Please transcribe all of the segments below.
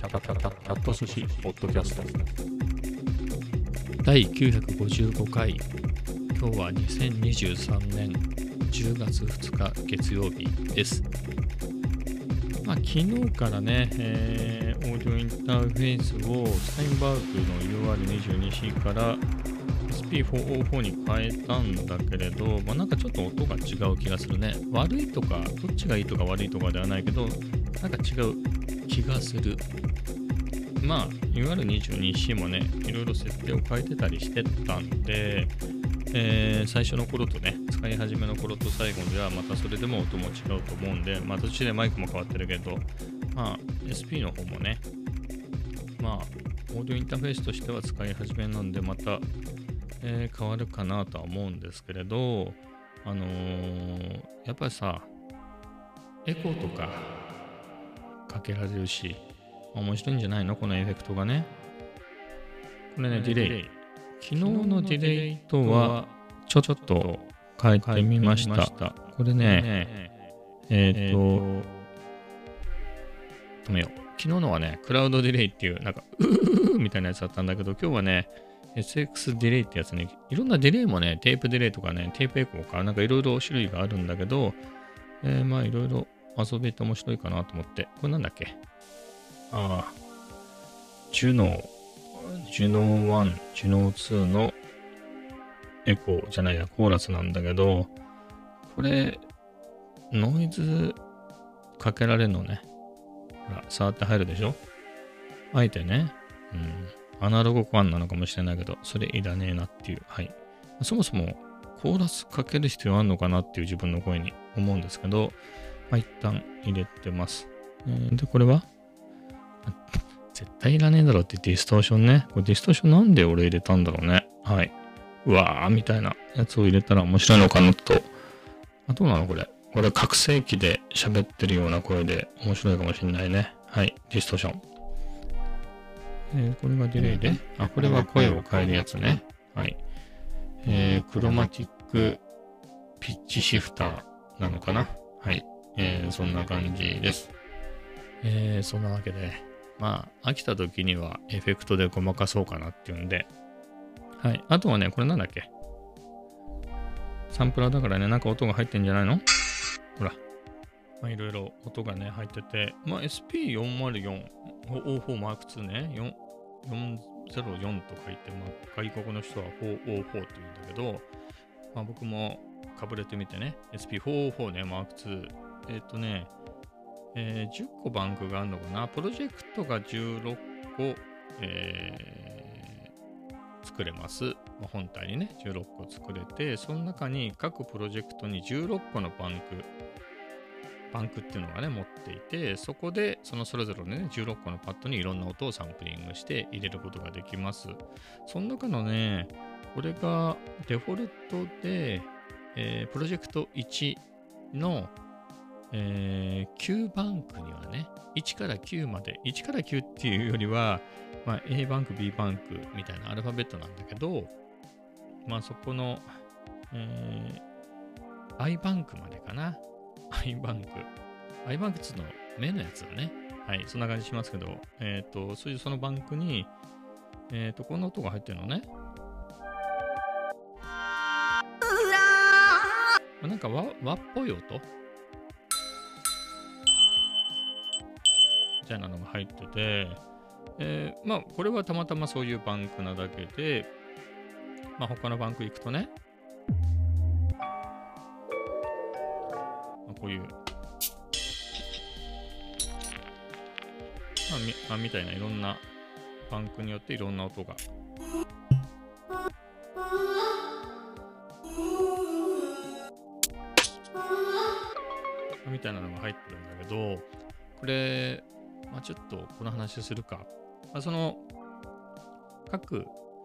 キャット寿司ポッドキャスト第955回。今日は2023年10月2日月曜日です。昨日からね、オーディオインターフェースをスタインバーグの UR22C から SP404 に変えたんだけれど、なんかちょっと音が違う気がするね。悪いとか、どっちがいいとか悪いとかではないけど、なんか違う気がする。UR22C もね、いろいろ設定を変えてたりしてたんで、最初の頃とね、使い始めの頃と最後ではまたそれでも音も違うと思うんで、途中でマイクも変わってるけど、SP の方もね、オーディオインターフェースとしては使い始めなんで、また、変わるかなとは思うんですけれど、やっぱりさ、エコーとかかけられるし、面白いんじゃないのこのエフェクトがね。これね、ディレイ。昨日のディレイとはちょっと変えてみました。これね、止めよう。昨日のはね、クラウドディレイっていう、なんか、みたいなやつだったんだけど、今日はね、SX ディレイってやつね、いろんなディレイもね、テープディレイとかね、テープエコーか、なんかいろいろ種類があるんだけど、いろいろ遊べて面白いかなと思って。これなんだっけ？ジュノー1、ジュノー2のエコーじゃないや、コーラスなんだけど、これ、ノイズかけられるのね。ほら、触って入るでしょ？あえてね、アナログコアなのかもしれないけど、それいらねえなっていう。はい。そもそも、コーラスかける必要あるのかなっていう自分の声に思うんですけど、一旦入れてます。で、これは絶対いらねえだろってディストーションね。これディストーションなんで俺入れたんだろうね。はい。うわーみたいなやつを入れたら面白いのかなと。どうなのこれ。これ覚醒器で喋ってるような声で面白いかもしれないね。はい。ディストーション。これがディレイで。これは声を変えるやつね。はい。クロマティックピッチシフターなのかな。はい。そんな感じです。そんなわけで。飽きた時にはエフェクトでごまかそうかなっていうんで。はい。あとはね、これなんだっけ？サンプラーだからね、なんか音が入ってんじゃないの？ほら。いろいろ音がね、入ってて。SP404、04 M2 ね、404と書いて、外国の人は404って言うんだけど、僕もかぶれてみてね、SP404 ね、M2。10個バンクがあるのかな。プロジェクトが16個、作れます。本体にね、16個作れて、その中に各プロジェクトに16個のバンクっていうのがね、持っていて、そこで、それぞれのね、16個のパッドにいろんな音をサンプリングして入れることができます。その中のね、これがデフォルトで、プロジェクト1の9バンクにはね、1から9まで、1から9っていうよりは、A バンク、B バンクみたいなアルファベットなんだけど、そこの、I バンクまでかな。I バンクっていうの目のやつだね。はい、そんな感じしますけど、そういうそのバンクに、こんな音が入ってるのね。なんか和っぽい音みたいなのが入ってて、これはたまたまそういうバンクなだけで、他のバンク行くとね、こういう、みたいないろんなバンクによっていろんな音が。みたいなのが入ってるんだけど、これ、ちょっとこの話するか。その、各、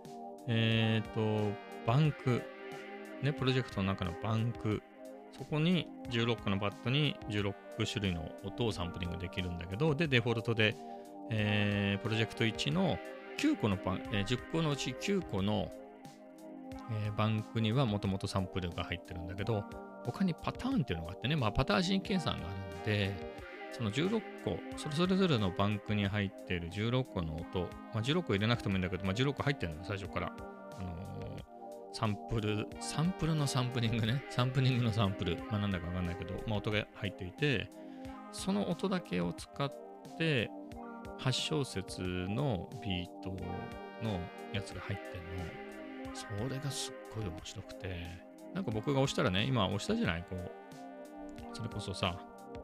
バンク、ね、プロジェクトの中のバンク、そこに16個のパッドに16種類の音をサンプリングできるんだけど、で、デフォルトで、プロジェクト1の9個の10個のうち9個の、バンクにはもともとサンプルが入ってるんだけど、他にパターンっていうのがあってね、パターンシン計算があるんで、 その16個、それぞれのバンクに入っている16個の音、まあ、16個入れなくてもいいんだけど、まあ、16個入ってるのよ、最初から。サンプルのサンプリングね。サンプリングのサンプル。まあ、なんだかわかんないけど、まあ、音が入っていて、その音だけを使って、8小節のビートのやつが入ってんの。それがすっごい面白くて、なんか僕が押したらね、今押したじゃない、こう。それこそさ、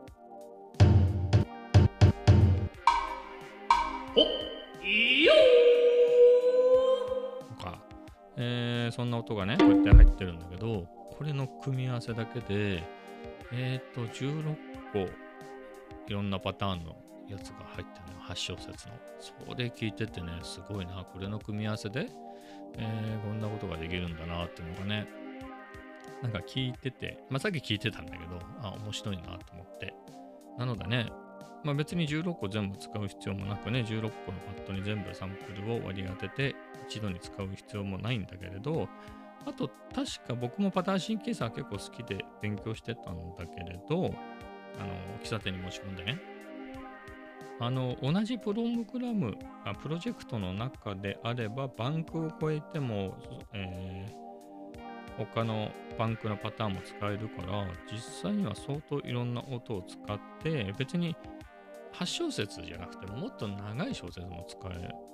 おいいよとか、そんな音がね、こうやって入ってるんだけど、これの組み合わせだけで、16個いろんなパターンのやつが入ってるのよ、8小節の。それ聞いててね、すごいな、これの組み合わせで、こんなことができるんだなっていうのがね、なんか聞いてて、まあさっき聞いてたんだけど、面白いなと思って。なのでね、まあ別に16個全部使う必要もなくね、16個のパッドに全部サンプルを割り当てて、一度に使う必要もないんだけれど、あと確か僕もパターンシンケーサー結構好きで勉強してたんだけれど、喫茶店に持ち込んでね、同じプログラム、プロジェクトの中であれば、バンクを超えても、他のバンクのパターンも使えるから、実際には相当いろんな音を使って、別に8小節じゃなくてもっと長い小節も作れるから、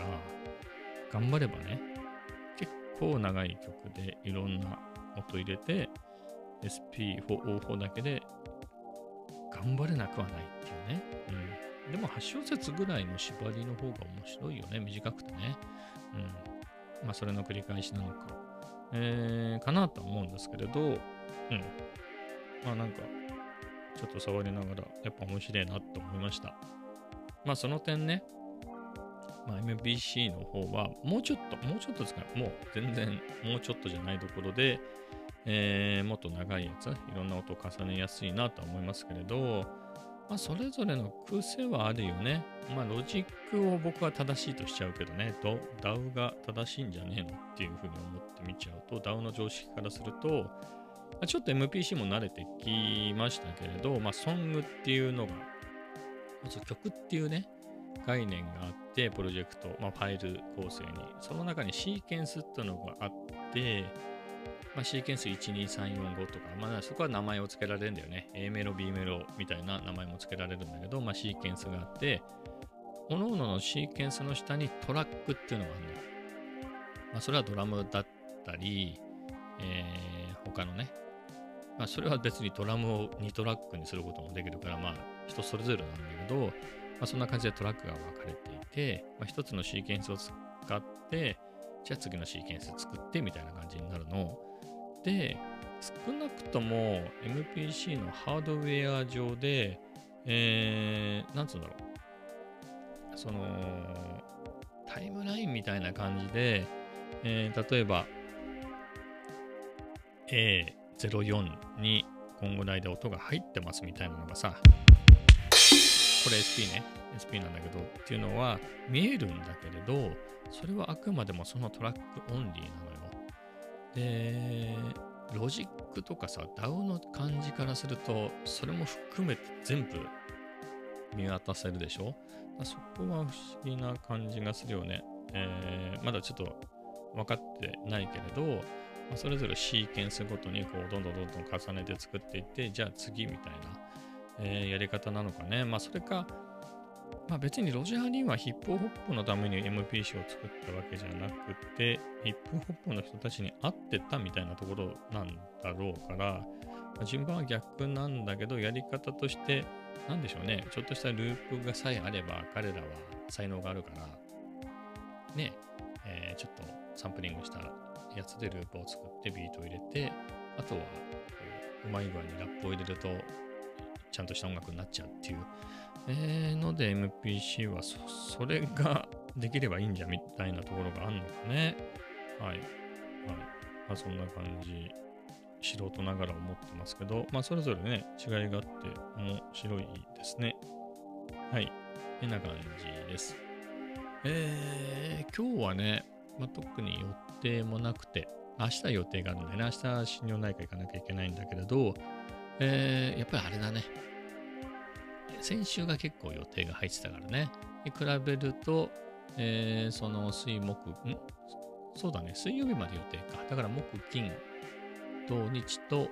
頑張ればね、結構長い曲でいろんな音入れて、SP4O4 だけで頑張れなくはないっていうね。でも8小節ぐらいの縛りの方が面白いよね。短くてね。まあそれの繰り返しなのか。かなとは思うんですけれど、まあなんか、ちょっと触りながら、やっぱ面白いなと思いました。まあその点ね、まあ MPC の方は、もうちょっとですか、もう全然もうちょっとじゃないところで、もっと長いやつ、いろんな音を重ねやすいなとは思いますけれど、まあそれぞれの癖はあるよね。まあロジックを僕は正しいとしちゃうけどね、DAW が正しいんじゃねえのっていうふうに思って見ちゃうと、DAW の常識からすると、ちょっと MPC も慣れてきましたけれど、まあソングっていうのが、まず曲っていうね、概念があって、プロジェクト、まあファイル構成に、その中にシーケンスっていうのがあって、まあ、シーケンス12345とか、まあ、そこは名前を付けられるんだよね。A メロ、B メロみたいな名前も付けられるんだけど、まあ、シーケンスがあって、各々のシーケンスの下にトラックっていうのがあるんだよ。まあ、それはドラムだったり、他のね、まあ、それは別にドラムを2トラックにすることもできるから、まあ、人それぞれなんだけど、まあ、そんな感じでトラックが分かれていて、まあ、一つのシーケンスを使って、じゃあ次のシーケンス作ってみたいな感じになるの。で、少なくとも MPC のハードウェア上で、なんつうんだろう。その、タイムラインみたいな感じで、例えば、A04 に今後代で音が入ってますみたいなのがさ、これ SP ね。SP なんだけど、っていうのは見えるんだけれど、それはあくまでもそのトラックオンリーなのよ。で、ロジックとかさ、DAW の感じからすると、それも含めて全部見渡せるでしょ。そこは不思議な感じがするよね。まだちょっと分かってないけれど、それぞれシーケンスごとにこうどんどん重ねて作っていって、じゃあ次みたいな、やり方なのかね。まあそれか、まあ別にロジャー・リンはヒップホップのために MPC を作ったわけじゃなくて、ヒップホップの人たちに合ってたみたいなところなんだろうから、順番は逆なんだけど、やり方として、なんでしょうね、ちょっとしたループがさえあれば、彼らは才能があるから、ね、ちょっとサンプリングしたやつでループを作ってビートを入れて、あとはうまい具合にラップを入れると、ちゃんとした音楽になっちゃうっていう。ので MPC はそれができればいいんじゃみたいなところがあるのかね。はい。まあそんな感じ。素人ながら思ってますけど、まあそれぞれね、違いがあって面白いですね。はい。こんな感じです。今日はね、まあ、特に予定もなくて、明日予定があるんでね、明日心療内科行かなきゃいけないんだけれど、やっぱりあれだね。 先週が結構予定が入ってたからね。に比べると、その水そうだね、水曜日まで予定か。だから木、金、土日と、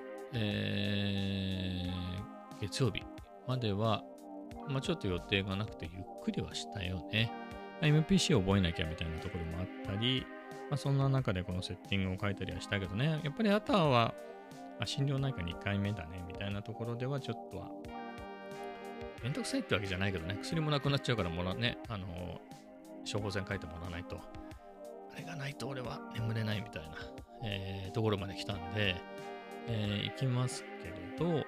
月曜日までは、ちょっと予定がなくてゆっくりはしたよね。MPC を覚えなきゃみたいなところもあったり、そんな中でこのセッティングを書いたりはしたけどね、やっぱりあとは、心療内科2回目だねみたいなところではちょっとは、めんどくさいってわけじゃないけどね、薬もなくなっちゃうから処方箋書いてもらわないと、あれがないと俺は眠れないみたいな、ところまで来たんで、行きますけれど、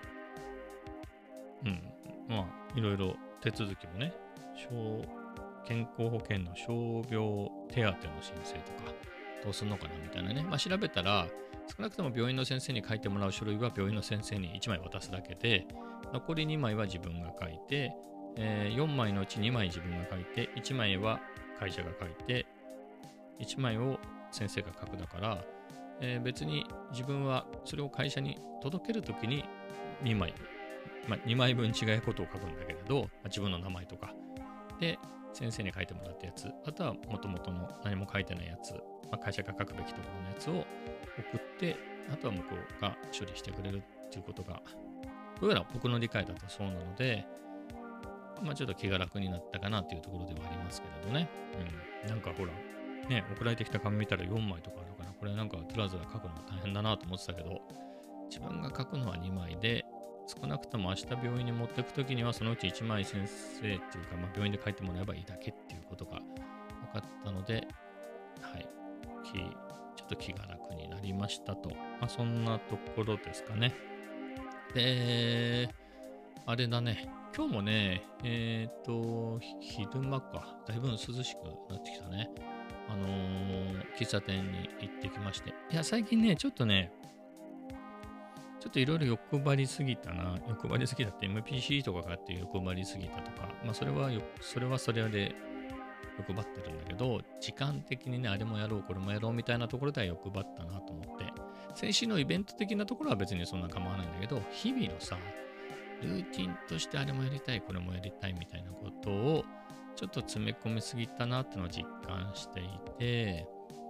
いろいろ手続きもね、健康保険の傷病手当の申請とか、どうすんのかなみたいなね。調べたら、少なくとも病院の先生に書いてもらう書類は病院の先生に1枚渡すだけで、残り2枚は自分が書いて、4枚のうち2枚自分が書いて、1枚は会社が書いて、1枚を先生が書くだから、別に自分はそれを会社に届けるときに2枚、2枚分違うことを書くんだけれど、自分の名前とか。で、先生に書いてもらったやつ、あとは元々の何も書いてないやつ、会社が書くべきところのやつを送って、あとは向こうが処理してくれるっていうことが、どうやら僕の理解だとそうなので、ちょっと気が楽になったかなっていうところではありますけれどね。なんかほら、ね、送られてきた紙見たら4枚とかあるから、これなんかつらつら書くのも大変だなと思ってたけど、自分が書くのは2枚で、少なくとも明日病院に持っていくときにはそのうち1枚先生っていうか、病院で書いてもらえばいいだけっていうことが分かったので、はい、ちょっと気が楽になりましたと。そんなところですかね。で、あれだね、今日もね、昼間か、だいぶ涼しくなってきたね。喫茶店に行ってきまして。いや、最近ね、ちょっといろいろ欲張りすぎたな。欲張りすぎたって MPC とかがあって欲張りすぎたとか、それはそれで欲張ってるんだけど、時間的にね、あれもやろう、これもやろうみたいなところでは欲張ったなと思って、先週のイベント的なところは別にそんな構わないんだけど、日々のさ、ルーティンとしてあれもやりたい、これもやりたいみたいなことを、ちょっと詰め込みすぎたなってのを実感していて、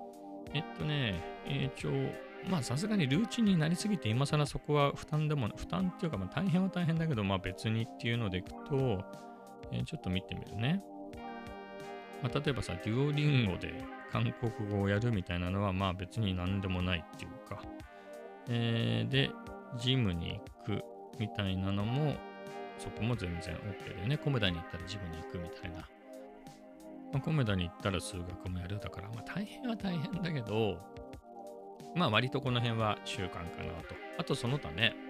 さすがにルーチンになりすぎて、今更そこは負担っていうか、大変は大変だけど、別にっていうのでいくと、ちょっと見てみるね。例えばさ、デュオリンゴで韓国語をやるみたいなのは、別に何でもないっていうか、で、ジムに行くみたいなのも、そこも全然 OK だよね。コメダに行ったらジムに行くみたいな。コメダに行ったら数学もやるだから、大変は大変だけど、割とこの辺は習慣かなと。あとその他ね、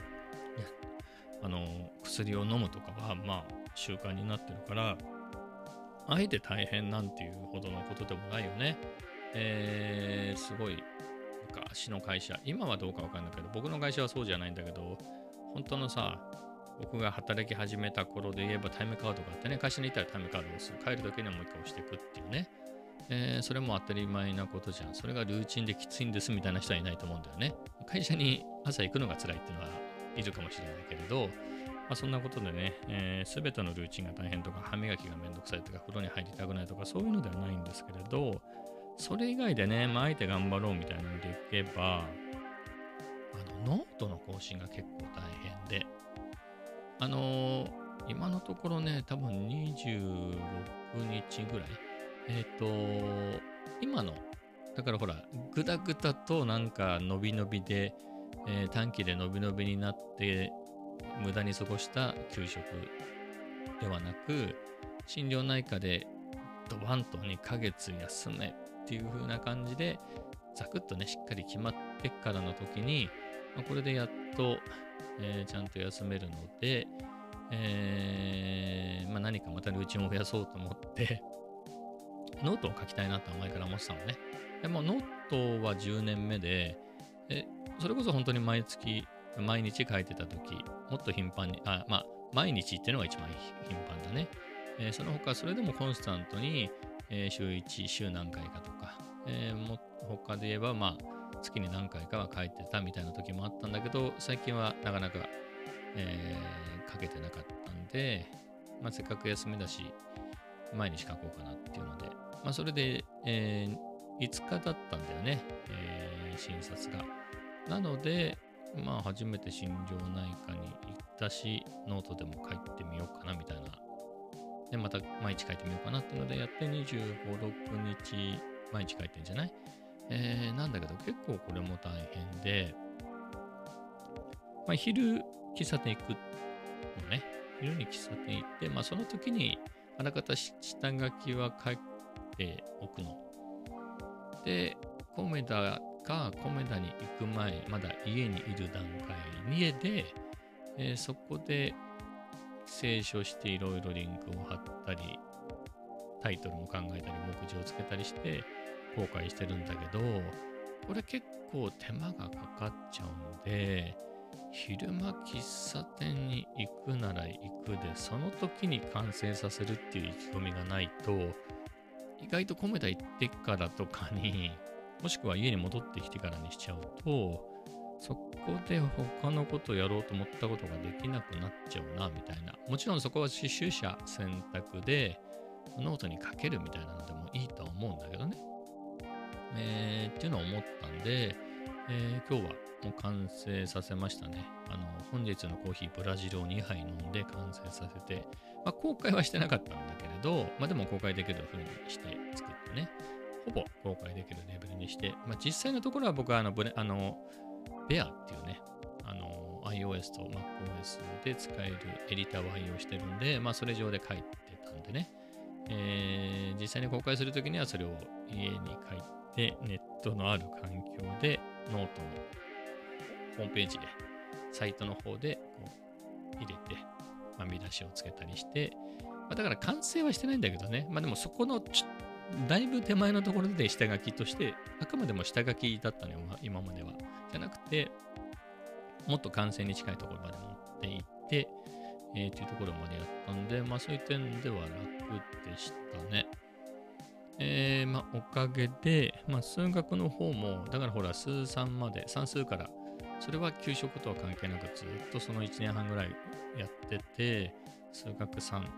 薬を飲むとかは、習慣になってるから、あえて大変なんていうほどのことでもないよね。すごい昔の会社、今はどうかわかんないけど、僕の会社はそうじゃないんだけど、本当のさ、僕が働き始めた頃で言えばタイムカードがあってね、会社に行ったらタイムカードを押す。帰るときにはもう一回押していくっていうね。それも当たり前なことじゃん。それがルーチンできついんですみたいな人はいないと思うんだよね。会社に朝行くのが辛いっていうのはいるかもしれないけれど、そんなことでね、すべてのルーチンが大変とか、歯磨きがめんどくさいとか、風呂に入りたくないとか、そういうのではないんですけれど、それ以外でね、あえて頑張ろうみたいなのでいけば、ノートの更新が結構大変で、今のところね、多分26日ぐらい、今の、だからほら、ぐだぐだとなんか伸び伸びで、短期で伸び伸びになって、無駄に過ごした給食ではなく、心療内科でドバンと2ヶ月休めっていう風な感じで、ザクッとね、しっかり決まってからの時に、これでやっと、ちゃんと休めるので、何かまたルーチンを増やそうと思って、ノートを書きたいなと前から思ってたのね。でもノートは10年目で、それこそ本当に毎日書いてた時、もっと頻繁に、毎日っていうのが一番頻繁だね。その他、それでもコンスタントに、週1、週何回かとか、他で言えば、月に何回かは書いてたみたいな時もあったんだけど、最近はなかなか書けてなかったんで、せっかく休みだし、毎日書こうかなっていうので、それで、5日だったんだよね、診察が。なので、初めて心療内科に行ったし、ノートでも書いてみようかなみたいな。で、また毎日書いてみようかなっていうのでやって25、6日毎日書いてんじゃない？なんだけど結構これも大変で、昼喫茶店行くのね。昼に喫茶店行って、その時にあらかた下書きは書いておくの。で、コメダに行く前、まだ家にいる段階で、そこで清書していろいろリンクを貼ったり、タイトルも考えたり、目次をつけたりして公開してるんだけど、これ結構手間がかかっちゃうんで、昼間喫茶店に行くなら行くで、その時に完成させるっていう意気込みがないと、意外とコメダ行ってからとかに、もしくは家に戻ってきてからにしちゃうと、そこで他のことをやろうと思ったことができなくなっちゃうな、みたいな。もちろんそこは取捨選択で、ノートに書けるみたいなのでもいいとは思うんだけどね。っていうのを思ったんで、今日はもう完成させましたね。本日のコーヒーブラジルを2杯飲んで完成させて、公開はしてなかったんだけれど、でも公開できる風にして作ってね、ほぼ公開できるレベルにして、実際のところは僕はベアっていうね、iOS と MacOS で使えるエディターを愛用してるんで、それ上で書いてたんでね、実際に公開するときにはそれを家に書いて、ネットのある環境で、ノートのホームページで、サイトの方でこう入れて、見出しをつけたりして、だから完成はしてないんだけどね、でもそこのだいぶ手前のところで下書きとして、あくまでも下書きだったのよ、今までは。じゃなくて、もっと完成に近いところまで持っていって、っていうところまでやったんで、そういう点では楽でしたね。おかげで、数学の方も、だからほら、数3まで、算数から、それは給食とは関係なく、ずっとその1年半ぐらいやってて、数学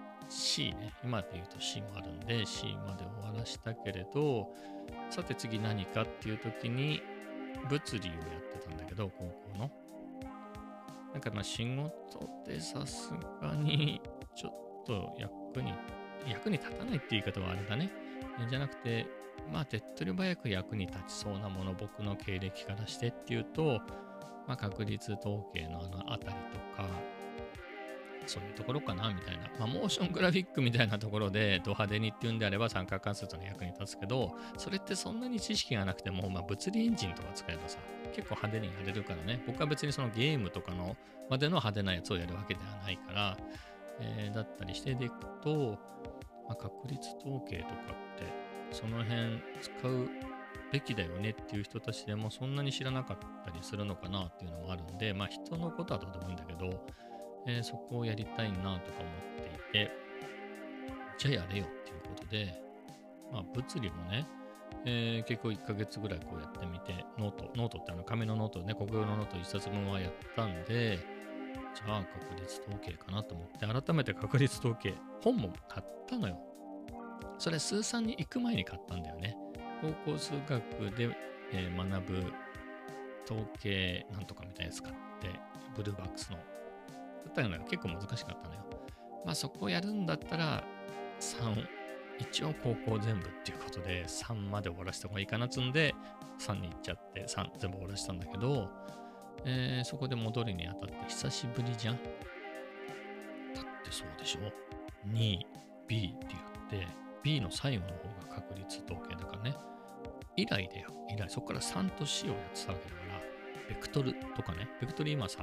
3、C ね、今で言うと C もあるんで、C まで終わらしたけれど、さて次何かっていう時に、物理をやってたんだけど、高校の。仕事でさすがにちょっと役に立たないって言い方はあれだね。じゃなくて、手っ取り早く役に立ちそうなもの、僕の経歴からしてっていうと、確率統計のあたりとか、そういうところかなみたいな。モーショングラフィックみたいなところでド派手にっていうんであれば三角関数との役に立つけど、それってそんなに知識がなくても、物理エンジンとか使えばさ、結構派手にやれるからね。僕は別にそのゲームとかのまでの派手なやつをやるわけではないから、だったりしてでいくと、確率統計とかってその辺使うべきだよねっていう人たちでもそんなに知らなかったりするのかなっていうのもあるんで、人のことはどうでもいいんだけど、そこをやりたいなとか思っていて、じゃあやれよっていうことで、物理もね、結構1ヶ月ぐらいこうやってみて、ノートって紙のノートね、国語のノート1冊分はやったんで、じゃあ確率統計かなと思って、改めて確率統計、本も買ったのよ。それ数3に行く前に買ったんだよね。高校数学で、学ぶ統計なんとかみたいなやつ買って、ブルーバックスの。だったのよ。結構難しかったのよ。そこをやるんだったら、3、一応高校全部っていうことで、3まで終わらせた方がいいかなっつんで、3に行っちゃって、3全部終わらせたんだけど、そこで戻るにあたって久しぶりじゃん。だってそうでしょ。2、B って言って、B の最後の方が確率統計だからね。以来だよ。そこから3と C をやってたわけだから、ベクトルとかね。ベクトル今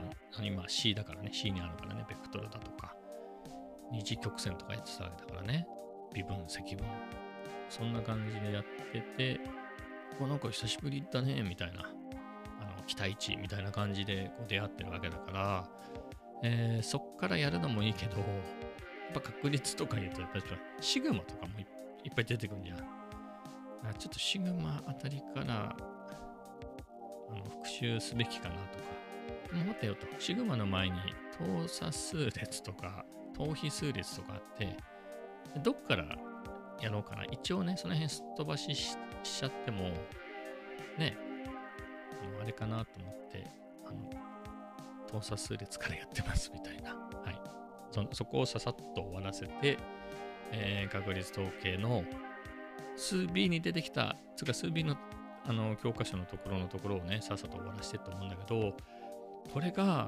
C だからね。C にあるからね。ベクトルだとか。二次曲線とかやってたわけだからね。微分、積分。そんな感じでやってて、なんか久しぶりだね、みたいな。期待値みたいな感じでこう出会ってるわけだから、そっからやるのもいいけど、やっぱ確率とか言うと、やっぱりシグマとかもいっぱい出てくるんじゃん。ちょっとシグマあたりから復習すべきかなとか。 待ってよと。シグマの前に等差数列とか等比数列とかあって、どっからやろうかな。一応ね、その辺すっ飛ばしちゃっても、ね、あれかなと思って、等差数列からやってますみたいな。はい。そこをささっと終わらせて、確率統計の数 B に出てきた、つか数 B の教科書のところをね、さっさと終わらせてと思うんだけど、これが、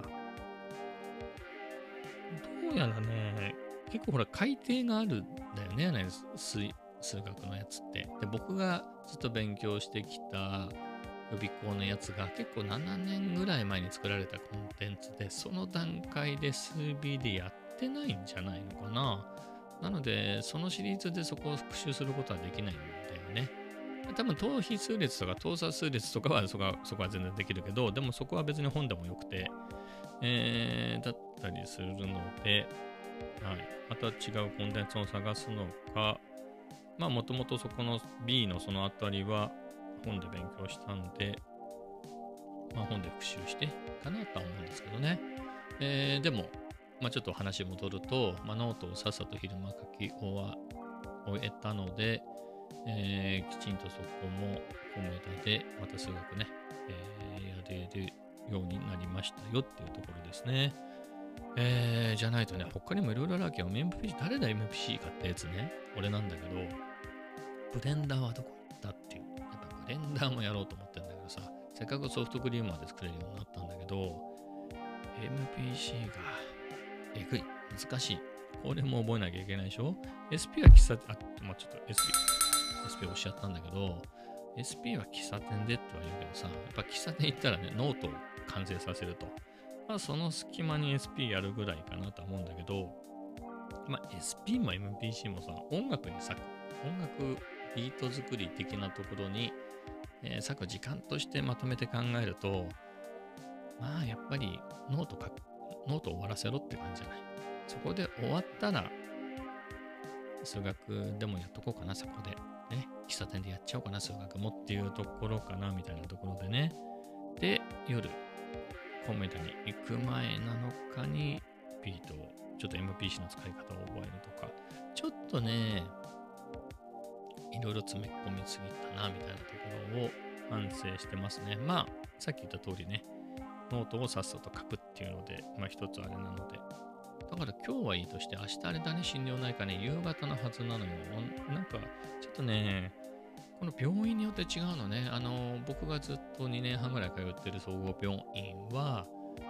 どうやらね、結構ほら改定があるんだよね、数学のやつって。で、僕がずっと勉強してきた予備校のやつが結構7年ぐらい前に作られたコンテンツで、その段階で数 B でやってないんじゃないのかな。なので、そのシリーズでそこを復習することはできないんだよね。多分、等比数列とか等差数列とかはそこは全然できるけど、でもそこは別に本でもよくて、だったりするので、はい。また違うコンテンツを探すのか、まあ、もともとそこの B のそのあたりは本で勉強したんで、まあ、本で復習してかなとは思うんですけどね。でも、まあ、ちょっと話戻ると、まあ、ノートをさっさと昼間書き終えたので、きちんとそこもコメダでまた数学ね、やれるようになりましたよっていうところですね。じゃないとね、他にもいろいろあるわけよ。MPC、誰だ MPC 買ったやつね。俺なんだけど、ブレンダーはどこ行ったっていう。やっぱブレンダーもやろうと思ってんだけどさ、せっかくソフトクリームまで作れるようになったんだけど、MPC がえぐい。難しい。これも覚えなきゃいけないでしょ？ SP は喫茶店、まあ、ちょっと SP おっしゃったんだけど、SP は喫茶店でっては言うけどさ、やっぱ喫茶店行ったらね、ノートを完成させると。まあ、その隙間に SP やるぐらいかなと思うんだけど、まあ、SP も MPC もさ、音楽に割く、音楽ビート作り的なところに、割く時間としてまとめて考えると、まあ、やっぱりノートを終わらせろって感じじゃない。そこで終わったら、数学でもやっとこうかな、そこで。ね、喫茶店でやっちゃおうかな、数学もっていうところかな、みたいなところでね。で、夜、コメダに行く前なのかに、ビートを、ちょっと MPC の使い方を覚えるとか、ちょっとね、いろいろ詰め込みすぎたな、みたいなところを反省してますね。まあ、さっき言った通りね、ノートをさっさと書くっていうので、まあ一つあれなので。だから今日はいいとして、明日あれだね、心療内科ね、夕方のはずなのよ。なんか、ちょっとね、この病院によって違うのね。僕がずっと2年半ぐらい通ってる総合病院は、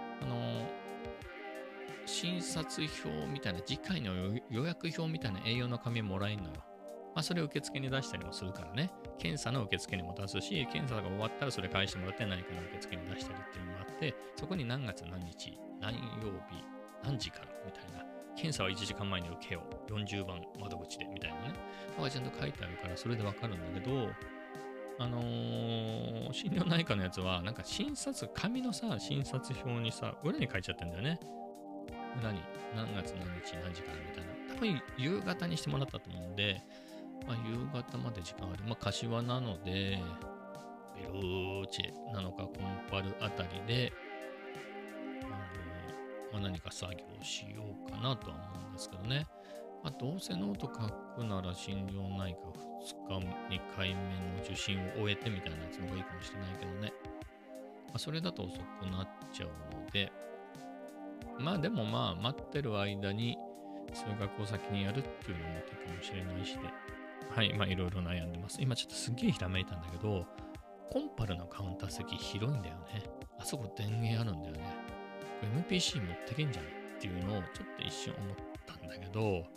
診察表みたいな、次回の予約表みたいな栄養の紙もらえるのよ。まあ、それを受付に出したりもするからね。検査の受付にも出すし、検査が終わったらそれ返してもらって何かの受付に出したりっていうのもあって、そこに何月何日、何曜日、何時からみたいな。検査は1時間前に受けよう。40番窓口でみたいなね。のがちゃんと書いてあるからそれでわかるんだけど、心療内科のやつは、なんか紙のさ、診察表にさ、裏に書いちゃってんだよね。裏に何月何日何時からみたいな。多分夕方にしてもらったと思うんで、まあ、夕方まで時間ある。まあ、柏なので、ベローチェなのか、コンパルあたりで、まあ、何か作業しようかなとは思うんですけどね。まあ、どうせノート書くなら心療内科2日、2回目の受診を終えてみたいなやつの方がいいかもしれないけどね。まあ、それだと遅くなっちゃうので、まあでもまあ待ってる間に数学を先にやるっていうのも手かもしれないしで、はい、まあいろいろ悩んでます。今ちょっとすっげえひらめいたんだけど、コンパルのカウンター席広いんだよね。あそこ電源あるんだよね。これ MPC 持ってけんじゃないっていうのをちょっと一瞬思ったんだけど、ね。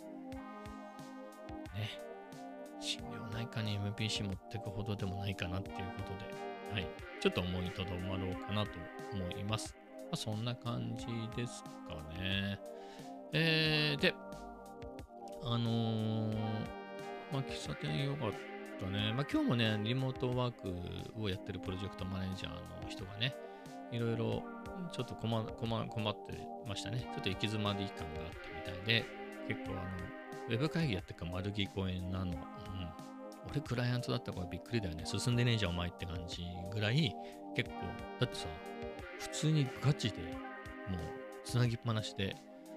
心療内科に MPC 持ってくほどでもないかなっていうことで、はい。ちょっと思いとどまろうかなと思います。まあ、そんな感じですかね。で、まあ、喫茶店よかったね。まあ、今日もね、リモートワークをやってるプロジェクトマネージャーの人がね、いろいろちょっと困ってましたね。ちょっと行き詰まり感があったみたいで、結構ウェブ会議やってるから丸聞こえなの。俺クライアントだったからびっくりだよね。進んでねえじゃんお前って感じぐらい、結構、だってさ、 普通にガチで、もう、つなぎっぱなしで、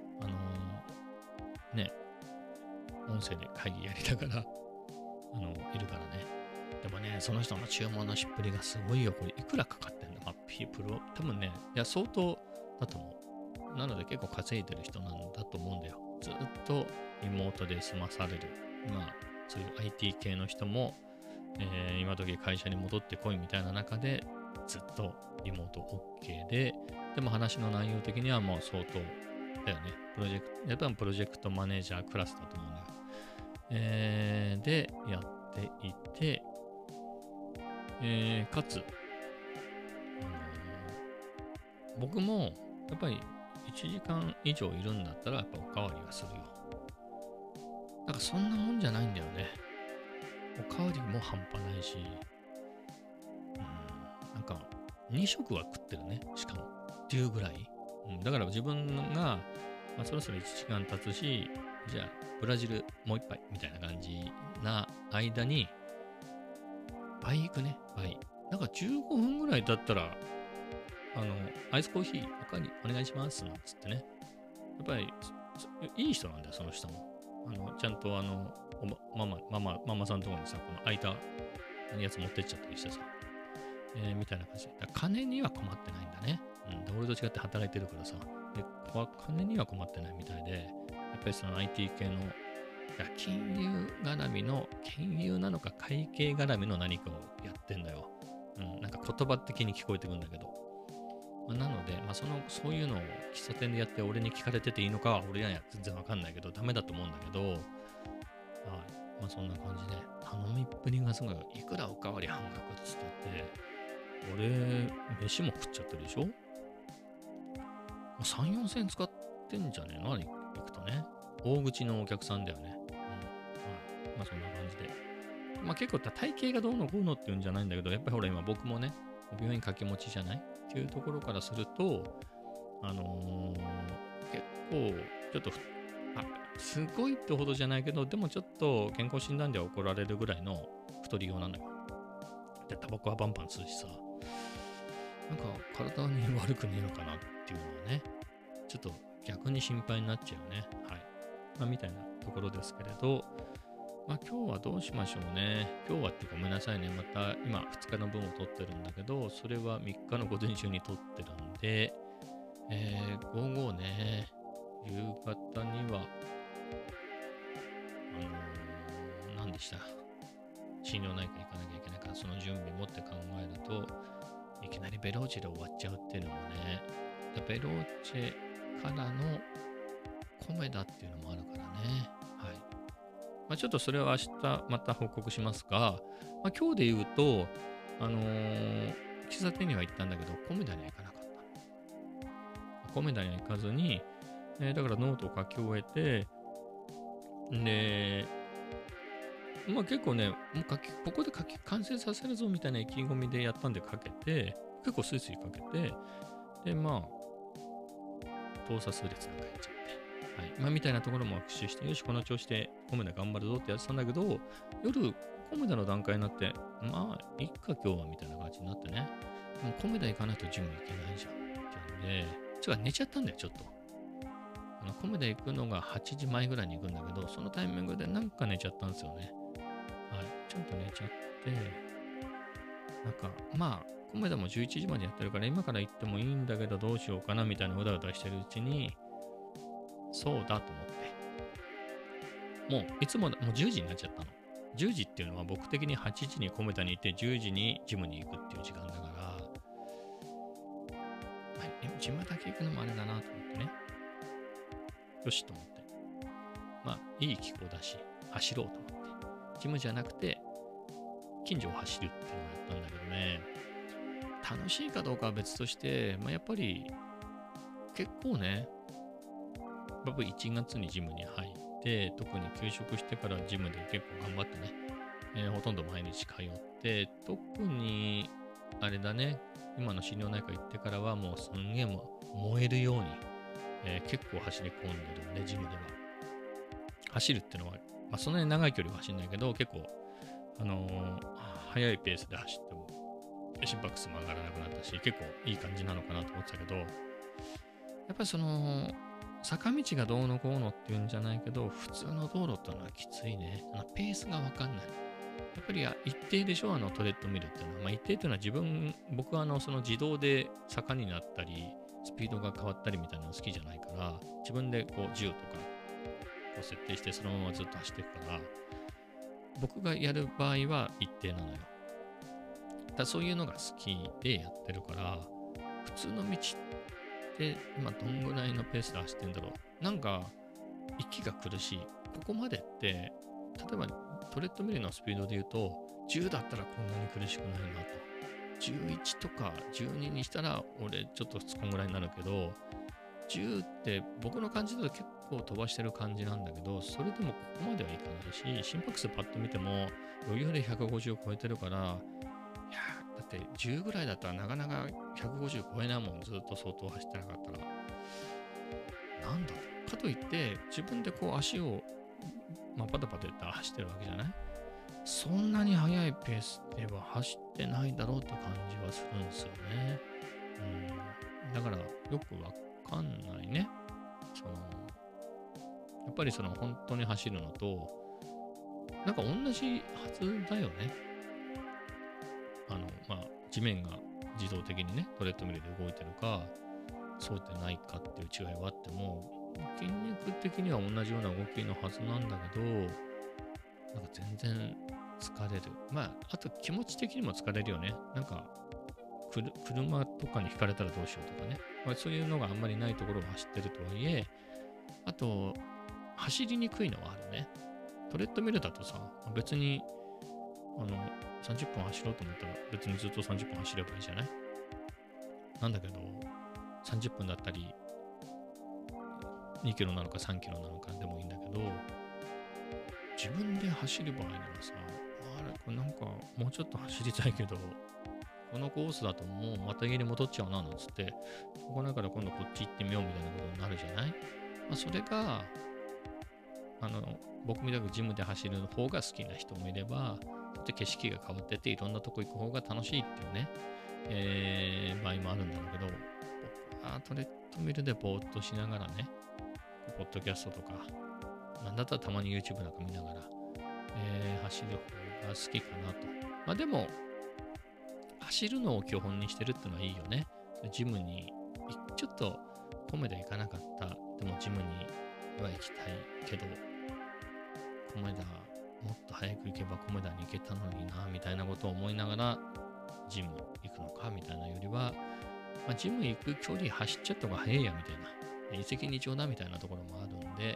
ね、音声で会議やりながら、いるからね。でもね、その人の注文のしっぷりがすごいよ。これいくらかかってんのか、多分ね、いや、相当だと思う。なので結構稼いでる人なんだと思うんだよ。ずっとリモートで済まされる。まあ、そういう IT 系の人も、今時会社に戻ってこいみたいな中で、ずっとリモート OK で、でも話の内容的にはもう相当だよね。やっぱりプロジェクトマネージャークラスだと思うんだよ。で、やっていて、かつ、僕もやっぱり1時間以上いるんだったらやっぱおかわりはするよ。なんかそんなもんじゃないんだよね。おかわりも半端ないし、なんか2食は食ってるね、しかも。っていうぐらい。だから自分が、そろそろ1時間経つし、じゃあブラジルもう一杯みたいな感じな間に、倍行くね、倍。なんか15分ぐらい経ったら、アイスコーヒー他にお願いしますなんつってね。やっぱり、いい人なんだよ、その人も。ちゃんとママさんのところにさ、この空いたやつ持ってっちゃったりしてさ、みたいな感じで。金には困ってないんだね。俺と違って働いてるからさ、金には困ってないみたいで、やっぱりその IT 系の、金融絡みの、金融なのか会計絡みの何かをやってんだよ。なんか言葉的に聞こえてくるんだけど。なので、そういうのを喫茶店でやって俺に聞かれてていいのかは俺には全然わかんないけど、ダメだと思うんだけど、はい。そんな感じで、頼みっぷりがすごい。いくらおかわり半額っつってて、俺、飯も食っちゃってるでしょ？ 3、4千使ってんじゃねえの？行くとね。大口のお客さんだよね。はい。そんな感じで。結構体型がどうのこうのっていうんじゃないんだけど、やっぱりほら今僕もね、病院掛け持ちじゃないっていうところからすると、結構、ちょっとすごいってほどじゃないけど、でもちょっと健康診断では怒られるぐらいの太りようなのよ。で、タバコはバンバン吸うしさ、なんか体に悪くねえのかなっていうのはね、ちょっと逆に心配になっちゃうね。はい。みたいなところですけれど、今日はどうしましょうね。今日はってごめんなさいね。また今2日の分を取ってるんだけど、それは3日の午前中に取ってるんで、午後ね、夕方には、何でした。心療内科行かなきゃいけないから、その準備持って考えると、いきなりベローチェで終わっちゃうっていうのもね、ベローチェからのコメダっていうのもあるからね。はい。ちょっとそれは明日また報告しますが、今日で言うと、喫茶店には行ったんだけど、コメダには行かなかった。コメダには行かずに、だからノートを書き終えて、で、結構ね、もうここで完成させるぞみたいな意気込みでやったんで書けて、結構スイスイ書けて、で、盗撮列なんかやっちゃって。はい。みたいなところも復習して、よし、この調子でコメダ頑張るぞってやってたんだけど、夜、コメダの段階になって、いっか今日はみたいな感じになってね。でもコメダ行かないとジム行けないじゃん。っていうんで、寝ちゃったんだよ、ちょっと。コメダ行くのが8時前ぐらいに行くんだけど、そのタイミングでなんか寝ちゃったんですよね。はい。ちょっと寝ちゃって、コメダも11時までやってるから、今から行ってもいいんだけど、どうしようかなみたいなうだうだしてるうちに、そうだと思って。もう、いつももう10時になっちゃったの。10時っていうのは僕的に8時にコメダに行って10時にジムに行くっていう時間だから、ジムだけ行くのもあれだなと思ってね。よしと思って。いい気候だし、走ろうと思って。ジムじゃなくて、近所を走るっていうのをやったんだけどね。楽しいかどうかは別として、やっぱり、結構ね、僕1月にジムに入って、特に休職してからジムで結構頑張ってね、ほとんど毎日通って、特に、あれだね、今の心療内科行ってからはもうすんげえ燃えるように、結構走り込んでるんで、ジムでは。走るっていうのは、そんなに長い距離は走んないけど、結構、速いペースで走っても、 心拍数も上がらなくなったし、結構いい感じなのかなと思ってたけど、やっぱりその、坂道がどうのこうのっていうんじゃないけど、普通の道路ってのはきついね。ペースがわかんない。やっぱり一定でしょ、トレッドミルっていうのは。一定っていうのは僕はその自動で坂になったり、スピードが変わったりみたいなの好きじゃないから、自分でこう10とかこう設定してそのままずっと走っていくから、僕がやる場合は一定なのよ。そういうのが好きでやってるから、普通の道って今どんぐらいのペースで走ってんだろう。なんか、息が苦しい。ここまでって、例えばトレッドミルのスピードで言うと、10だったらこんなに苦しくないなと。11とか12にしたら俺ちょっとこんぐらいになるけど、10って僕の感じだと結構飛ばしてる感じなんだけど、それでもここまではいかないし、心拍数パッと見ても余裕で150を超えてるから、いやー、だって10ぐらいだったらなかなか150超えないもん、ずっと相当走ってなかったら。なんだと。かといって、自分でこう足を、パタパタやったら走ってるわけじゃない？そんなに速いペースでは走ってないだろうって感じはするんですよね。だからよくわかんないね。やっぱり本当に走るのと、なんか同じはずだよね。地面が自動的にね、トレッドミルで動いてるか、そうでないかっていう違いはあっても、筋肉的には同じような動きのはずなんだけど、なんか全然疲れる。あと気持ち的にも疲れるよね。なんか、車とかにひかれたらどうしようとかね。そういうのがあんまりないところを走ってるとはいえ、あと、走りにくいのはあるね。トレッドミルだとさ、別に、30分走ろうと思ったら別にずっと30分走ればいいじゃない？なんだけど、30分だったり、2キロなのか3キロなのかでもいいんだけど、自分で走る場合にはさ、これなんかもうちょっと走りたいけど、このコースだともうまた家に戻っちゃうななんつって、しょうがないから今度こっち行ってみようみたいなことになるじゃない？それが、僕みたくジムで走る方が好きな人もいれば、景色が変わってていろんなとこ行く方が楽しいっていうね、場合もあるんだろうけど、僕はトレッドミルでぼーっとしながらね、ポッドキャストとか、なんだったらたまに YouTube なんか見ながら、走る方が好きかなと。でも、走るのを基本にしてるってのはいいよね。ジムに、ちょっとコメダ行かなかった。でもジムには行きたいけど、コメダもっと早く行けばコメダに行けたのにな、みたいなことを思いながら、ジム行くのか、みたいなよりは、ジム行く距離走っちゃった方が早いや、みたいな。一石二鳥だみたいなところもあるんで、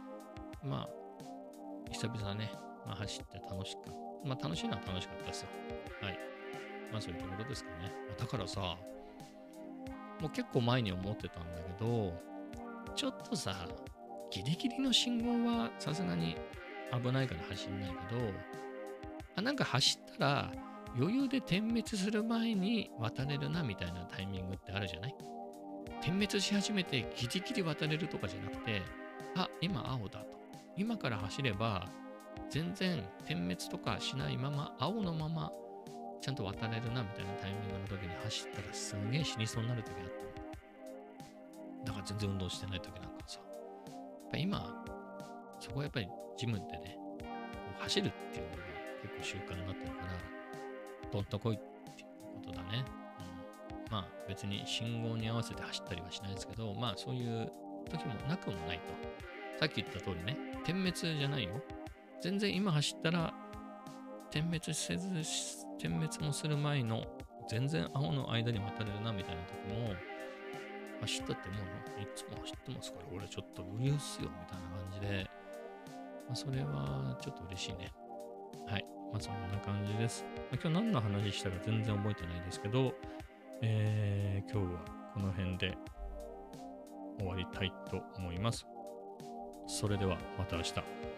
久々ね、走って楽しく、楽しいのは楽しかったですよ。はい。そういうところですかね。だからさ、もう結構前に思ってたんだけど、ちょっとさ、ギリギリの信号はさすがに危ないから走んないけど、なんか走ったら余裕で点滅する前に渡れるなみたいなタイミングってあるじゃない？点滅し始めてギリギリ渡れるとかじゃなくて、今青だと。今から走れば全然点滅とかしないまま、青のままちゃんと渡れるなみたいなタイミングの時に走ったらすげえ死にそうになる時あったの。だから全然運動してない時なんかさ、やっぱ今、そこはやっぱりジムでね、走るっていうのが結構習慣になってるから、どんと来いっていうことだね。別に信号に合わせて走ったりはしないですけど、そういう時もなくもないと。さっき言った通りね、点滅じゃないよ。全然今走ったら、点滅せず、点滅もする前の全然青の間に渡れるなみたいな時も、走ったってもういつも走ってますから、俺ちょっと余裕っすよみたいな感じで、それはちょっと嬉しいね。はい。そんな感じです。今日何の話したか全然覚えてないですけど、今日はこの辺で終わりたいと思います。それではまた明日。